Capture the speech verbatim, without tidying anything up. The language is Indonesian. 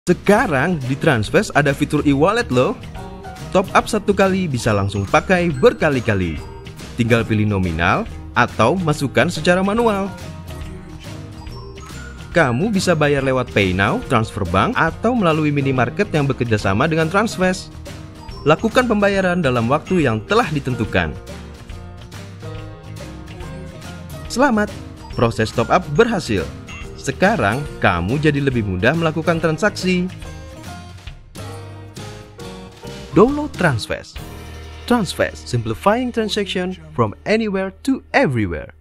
Sekarang di Transfast ada fitur e-wallet loh. Top up satu kali bisa langsung pakai berkali-kali. Tinggal pilih nominal atau masukkan secara manual. Kamu bisa bayar lewat Pay Now, transfer bank, atau melalui minimarket yang bekerja sama dengan Transfast. Lakukan pembayaran dalam waktu yang telah ditentukan. Selamat, proses top up berhasil. Sekarang, kamu jadi lebih mudah melakukan transaksi. Download Transfast. Transfast, simplifying transaction from anywhere to everywhere.